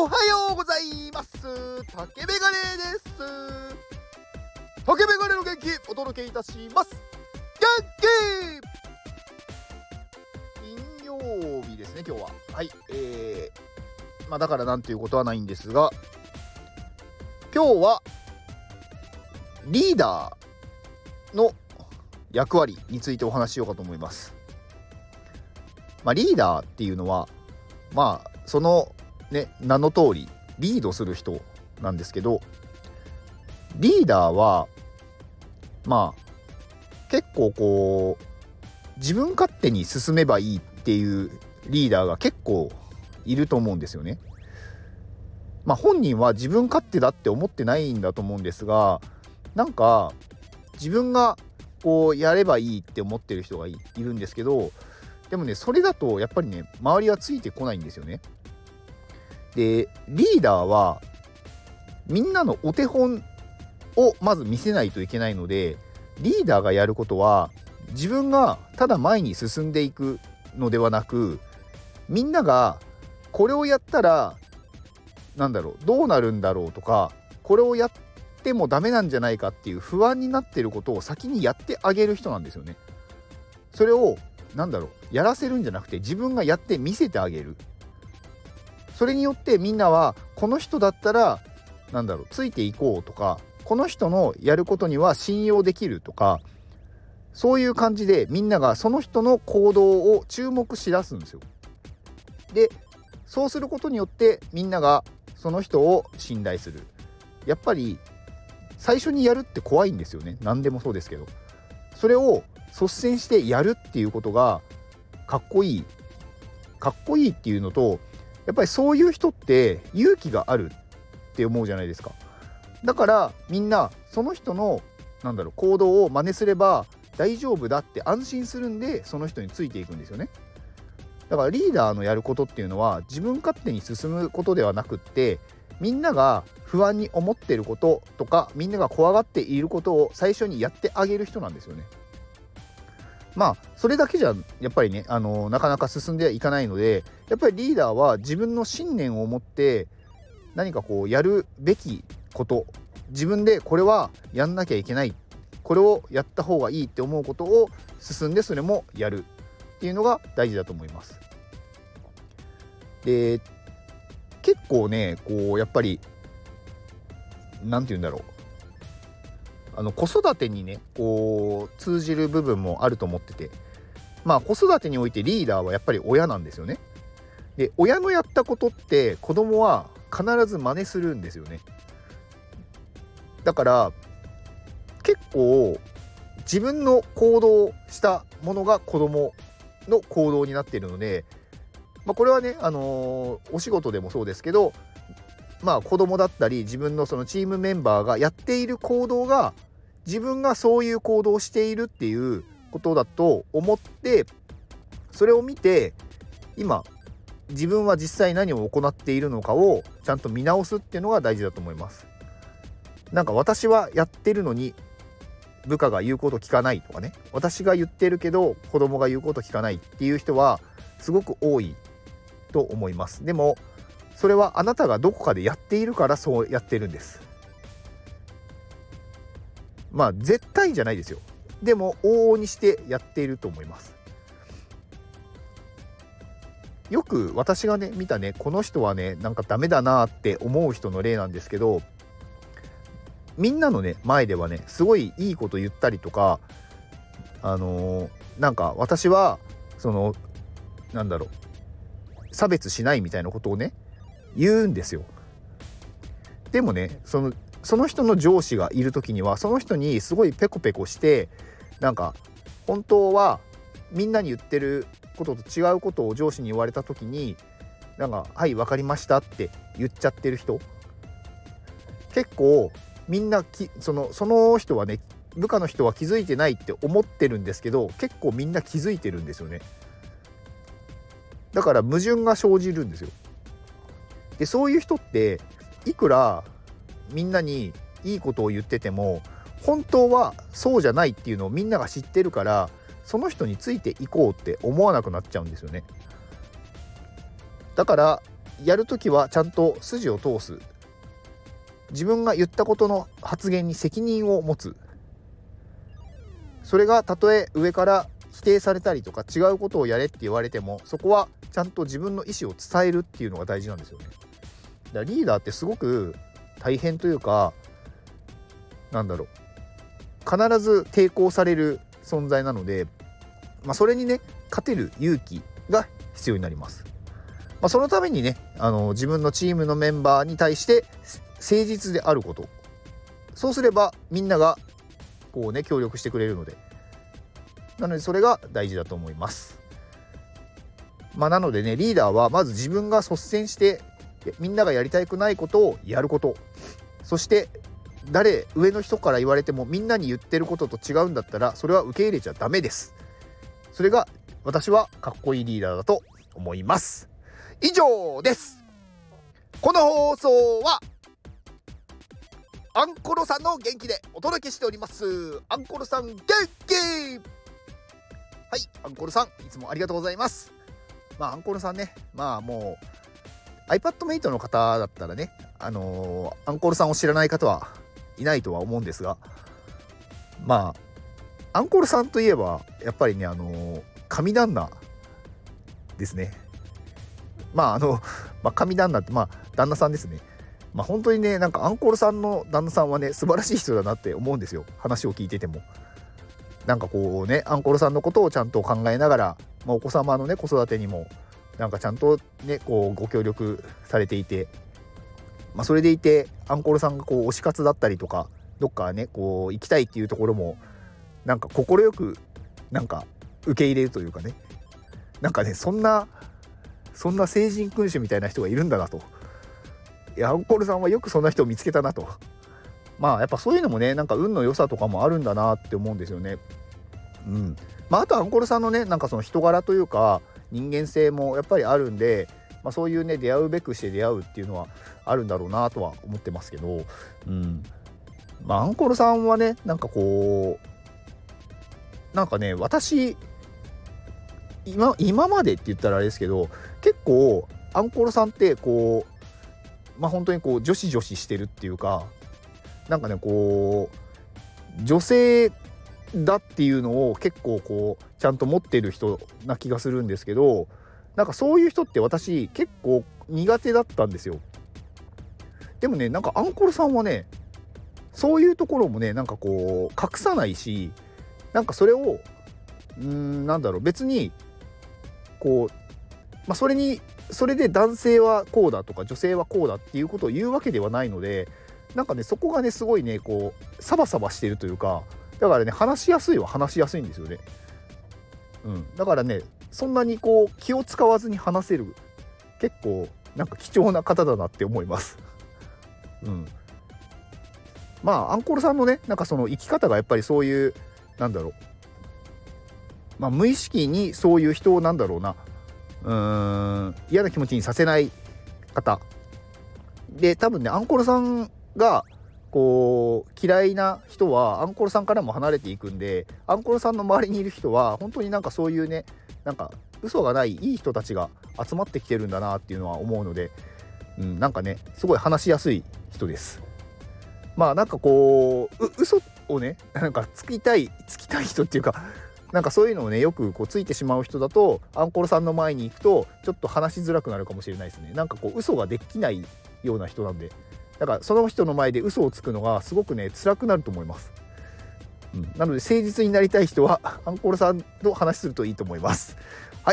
おはようございます。竹メガネです。竹メガネの元気お届けいたします。元気金曜日ですね、今日は。はい、だからなんていうことはないんですが、今日はリーダーの役割についてお話ししようかと思います。リーダーっていうのはそのね、名の通りリードする人なんですけど、リーダーは結構自分勝手に進めばいいっていうリーダーが結構いると思うんですよね。本人は自分勝手だって思ってないんだと思うんですが、自分がやればいいって思ってる人がいるんですけど、でもね、それだとやっぱりね、周りはついてこないんですよね。で、リーダーはみんなのお手本をまず見せないといけないので、リーダーがやることは自分がただ前に進んでいくのではなく、みんながこれをやったらどうなるんだろうとか、これをやってもダメなんじゃないかっていう不安になってることを先にやってあげる人なんですよね。それをやらせるんじゃなくて、自分がやって見せてあげる。それによってみんなはこの人だったらついていこうとか、この人のやることには信用できるとか、そういう感じでみんながその人の行動を注目しだすんですよ。で、そうすることによってみんながその人を信頼する。やっぱり最初にやるって怖いんですよね。何でもそうですけど、それを率先してやるっていうことがかっこいいっていうのと、やっぱりそういう人って勇気があるって思うじゃないですか。だからみんなその人の行動を真似すれば大丈夫だって安心するんで、その人についていくんですよね。だからリーダーのやることっていうのは自分勝手に進むことではなくって、みんなが不安に思っていることとか、みんなが怖がっていることを最初にやってあげる人なんですよね。それだけじゃやっぱりね、なかなか進んではいかないので、やっぱりリーダーは自分の信念を持って何かやるべきこと、自分でこれはやんなきゃいけない、これをやった方がいいって思うことを進んでそれもやるっていうのが大事だと思います。で、結構ねやっぱり子育てにね通じる部分もあると思ってて、子育てにおいてリーダーはやっぱり親なんですよね。で、親のやったことって子供は必ず真似するんですよね。だから結構自分の行動したものが子供の行動になっているので、これはねお仕事でもそうですけど、子供だったり自分のそのチームメンバーがやっている行動が自分がそういう行動をしているっていうことだと思って、それを見て今自分は実際何を行っているのかをちゃんと見直すっていうのが大事だと思います。私はやってるのに部下が言うこと聞かないとかね、私が言ってるけど子供が言うこと聞かないっていう人はすごく多いと思います。でもそれはあなたがどこかでやっているからそうやってるんです。絶対じゃないですよ。でも往々にしてやっていると思います。よく私がね見たね、この人はねダメだなって思う人の例なんですけど、みんなのね前ではねすごいいいこと言ったりとか、私は差別しないみたいなことをね言うんですよ。でもねその人の上司がいる時にはその人にすごいペコペコして、本当はみんなに言ってることと違うことを上司に言われた時にはい分かりましたって言っちゃってる人、結構みんなその人はね、部下の人は気づいてないって思ってるんですけど、結構みんな気づいてるんですよね。だから矛盾が生じるんですよ。で、そういう人っていくらみんなにいいことを言ってても本当はそうじゃないっていうのをみんなが知ってるから、その人についていこうって思わなくなっちゃうんですよね。だからやるときはちゃんと筋を通す、自分が言ったことの発言に責任を持つ、それがたとえ上から否定されたりとか違うことをやれって言われても、そこはちゃんと自分の意思を伝えるっていうのが大事なんですよね。だからリーダーってすごく大変というか、必ず抵抗される存在なので、それにね勝てる勇気が必要になります。そのためにね自分のチームのメンバーに対して誠実であること、そうすればみんなが協力してくれるので、なのでそれが大事だと思います。なのでね、リーダーはまず自分が率先してみんながやりたくないことをやること、そして上の人から言われてもみんなに言ってることと違うんだったらそれは受け入れちゃダメです。それが私はかっこいいリーダーだと思います。以上です。この放送はアンコロさんの元気でお届けしております。アンコロさん元気、はい、アンコロさんいつもありがとうございます。アンコロさんね、もう iPadMate の方だったらね、アンコロさんを知らない方はいないとは思うんですが、アンコロさんといえばやっぱりね神旦那ですね。神旦那って旦那さんですね。本当にねアンコールさんの旦那さんはね素晴らしい人だなって思うんですよ。話を聞いててもアンコールさんのことをちゃんと考えながら、お子様のね子育てにもちゃんとねご協力されていて、それでいてアンコールさんが推し活だったりとかどっかね行きたいっていうところも快く受け入れるというかね、そんな聖人君主みたいな人がいるんだなと。アンコールさんはよくそんな人を見つけたなと。やっぱそういうのもね運の良さとかもあるんだなって思うんですよね。あとアンコールさんのねその人柄というか人間性もやっぱりあるんで、そういうね出会うべくして出会うっていうのはあるんだろうなとは思ってますけど、アンコールさんはね私今までって言ったらあれですけど、結構アンコールさんって本当に女子してるっていうか、女性だっていうのを結構ちゃんと持ってる人な気がするんですけど、そういう人って私結構苦手だったんですよ。でもねアンコールさんはねそういうところもね隠さないし、それを別にそれで男性はこうだとか女性はこうだっていうことを言うわけではないので、そこがねすごいねサバサバしてるというか、だからね話しやすいんですよね。だからねそんなに気を使わずに話せる結構貴重な方だなって思います。アンコールさんのねその生き方がやっぱりそういう無意識にそういう人を嫌な気持ちにさせない方で、多分ねアンコールさんが嫌いな人はアンコールさんからも離れていくんで、アンコールさんの周りにいる人は本当にそういうね嘘がないいい人たちが集まってきてるんだなっていうのは思うので、すごい話しやすい人です。嘘をねつきたい人っていうかそういうのをねよくついてしまう人だとアンコールさんの前に行くとちょっと話しづらくなるかもしれないですね。嘘ができないような人なんで、その人の前で嘘をつくのがすごくね辛くなると思います。なので誠実になりたい人はアンコールさんと話するといいと思います。はい、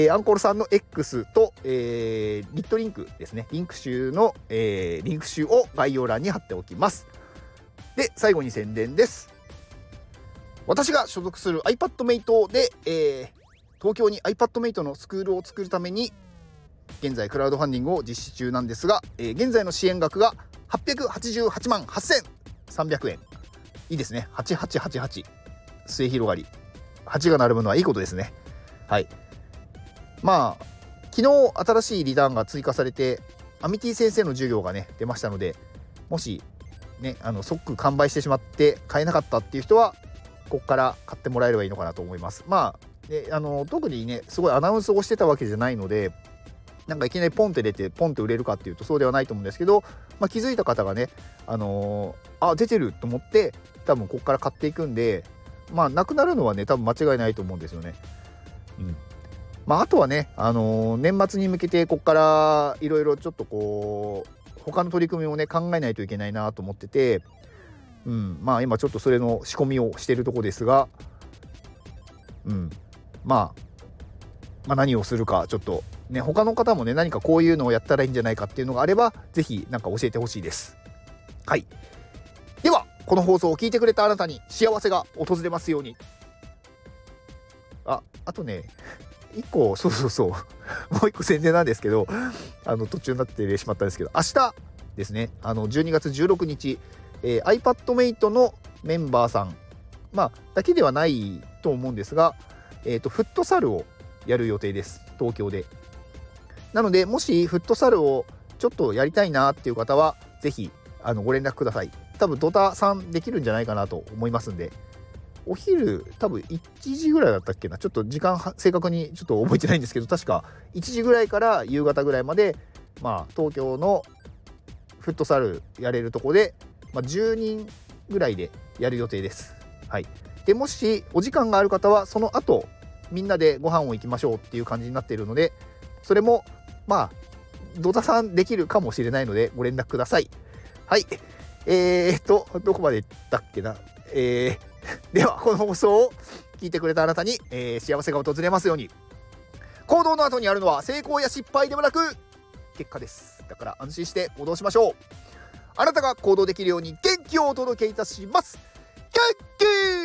アンコールさんの X と、リットリンクですね、リンク集の、リンク集を概要欄に貼っておきます。で最後に宣伝です。私が所属する iPadMate で、東京に iPadMate のスクールを作るために現在クラウドファンディングを実施中なんですが、現在の支援額が888万8300円。いいですね。8888末広がり8が並ぶのはいいことですね。はい。昨日新しいリターンが追加されてアミティ先生の授業がね出ましたので、もしね即完売してしまって買えなかったっていう人はここから買ってもらえればいいのかなと思います。特にねすごいアナウンスをしてたわけじゃないのでなんかいきなりポンって出てポンって売れるかっていうとそうではないと思うんですけど、気づいた方がね出てると思って多分ここから買っていくんで、なくなるのはね多分間違いないと思うんですよね。あとはね、年末に向けてここからいろいろちょっと他の取り組みをね考えないといけないなと思ってて、今ちょっとそれの仕込みをしているところですが、何をするかちょっとね、他の方もね何かこういうのをやったらいいんじゃないかっていうのがあればぜひなんか教えてほしいです。はい、ではこの放送を聞いてくれたあなたに幸せが訪れますように。あとね1個そうもう1個宣伝なんですけど、途中になってしまったんですけど、明日ですね12月16日、iPadMate のメンバーさんだけではないと思うんですが、フットサルをやる予定です、東京で。なのでもしフットサルをちょっとやりたいなっていう方はぜひご連絡ください。多分ドタ3できるんじゃないかなと思いますんで、お昼多分1時ぐらいだったっけな、ちょっと時間正確にちょっと覚えてないんですけど、確か1時ぐらいから夕方ぐらいまで東京のフットサルやれるとこで、10人ぐらいでやる予定です。はい。でもしお時間がある方はその後みんなでご飯を行きましょうっていう感じになっているので、それもドタさんできるかもしれないのでご連絡ください。はい。どこまで行ったっけな。ではこの放送を聞いてくれたあなたに、幸せが訪れますように。行動の後にあるのは成功や失敗でもなく結果です。だから安心して行動しましょう。あなたが行動できるように元気をお届けいたします。元気